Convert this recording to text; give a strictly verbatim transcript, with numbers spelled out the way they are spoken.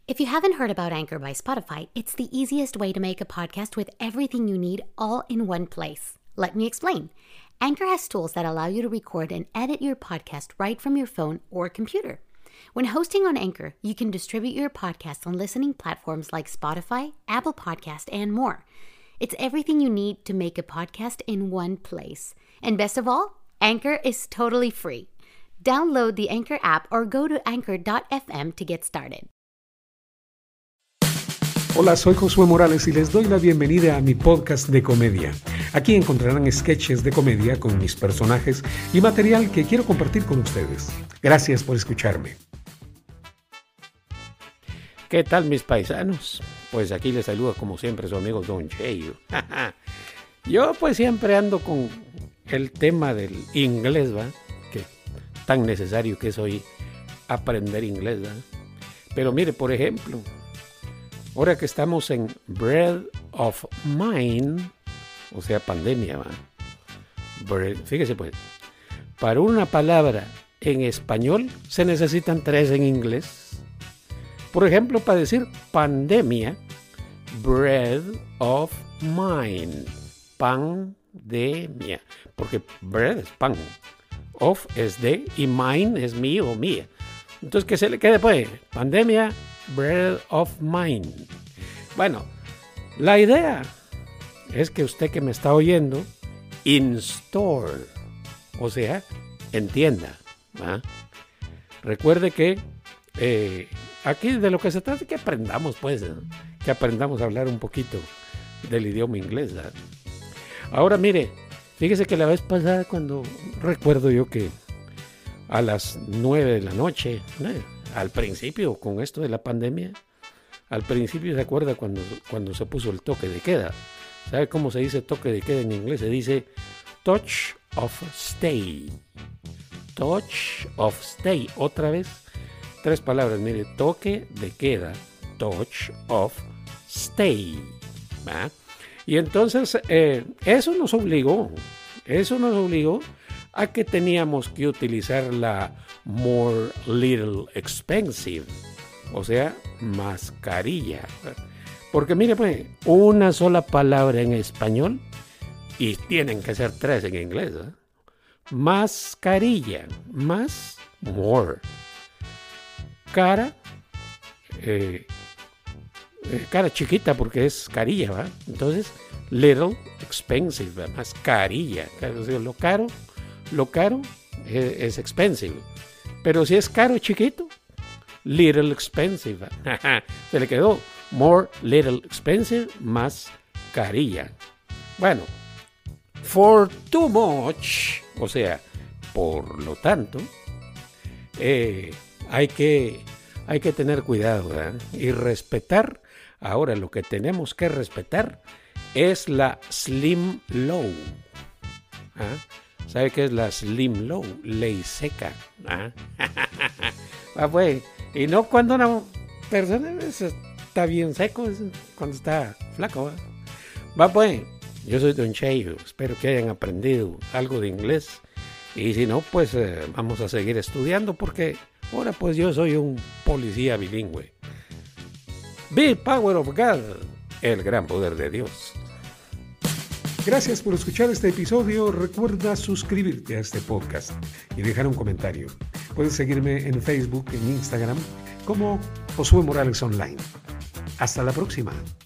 If you haven't heard about Anchor by Spotify, it's the easiest way to make a podcast with everything you need all in one place. Let me explain. Anchor has tools that allow you to record and edit your podcast right from your phone or computer. When hosting on Anchor, you can distribute your podcast on listening platforms like Spotify, Apple Podcast, and more. It's everything you need to make a podcast in one place. And best of all, Anchor is totally free. Download the Anchor app or go to anchor dot f m to get started. Hola, soy Josué Morales y les doy la bienvenida a mi podcast de comedia. Aquí encontrarán sketches de comedia con mis personajes y material que quiero compartir con ustedes. Gracias por escucharme. ¿Qué tal, mis paisanos? Pues aquí les saluda como siempre su amigo Don Cheyo. Yo pues siempre ando con el tema del inglés, ¿va? Que tan necesario que es hoy aprender inglés, ¿va? Pero mire, por ejemplo, ahora que estamos en Bread of Mind, o sea, pandemia, ¿va? Bread, fíjese pues, para una palabra en español se necesitan tres en inglés. Por ejemplo, para decir pandemia, bread of mind, pandemia, porque bread es pan, of es de y mind es mío o mía. Entonces, que se le quede pues, pandemia, bread of mind. Bueno, la idea es que usted que me está oyendo, install, o sea, entienda, ¿va? Recuerde que eh, aquí de lo que se trata es que aprendamos, pues, ¿no? Que aprendamos a hablar un poquito del idioma inglés, ¿no? Ahora, mire, fíjese que la vez pasada cuando recuerdo yo que a las nueve de la noche, ¿no? Al principio, con esto de la pandemia, al principio se acuerda cuando, cuando se puso el toque de queda. ¿Sabe cómo se dice toque de queda en inglés? Se dice touch of stay. Touch of stay. Otra vez, tres palabras. Mire, toque de queda, touch of stay. ¿Va? Y entonces, eh, eso nos obligó, eso nos obligó a que teníamos que utilizar la more little expensive, o sea, mascarilla. Porque mire pues, una sola palabra en español y tienen que ser tres en inglés, ¿eh? Mascarilla, más, more. Cara, eh, eh, cara chiquita porque es carilla, ¿va? Entonces, little expensive, ¿va? Mascarilla. O sea, lo caro, lo caro es, es expensive. Pero si es caro chiquito, little expensive. Se le quedó more little expensive más carilla. Bueno, for too much, o sea, por lo tanto, eh, hay que, hay que tener cuidado, ¿verdad? Y respetar. Ahora lo que tenemos que respetar es la slim low. ¿Ah? ¿Sabe qué es la slim low? Ley seca. ¿Ah? Ah, pues, y no cuando una persona está bien seco, es cuando está flaco. ¿Va? Va pues, yo soy Don Cheyo, espero que hayan aprendido algo de inglés. Y si no, pues eh, vamos a seguir estudiando porque ahora pues yo soy un policía bilingüe. Big Power of God, el gran poder de Dios. Gracias por escuchar este episodio. Recuerda suscribirte a este podcast y dejar un comentario. Puedes seguirme en Facebook, en Instagram, como Josué Morales Online. Hasta la próxima.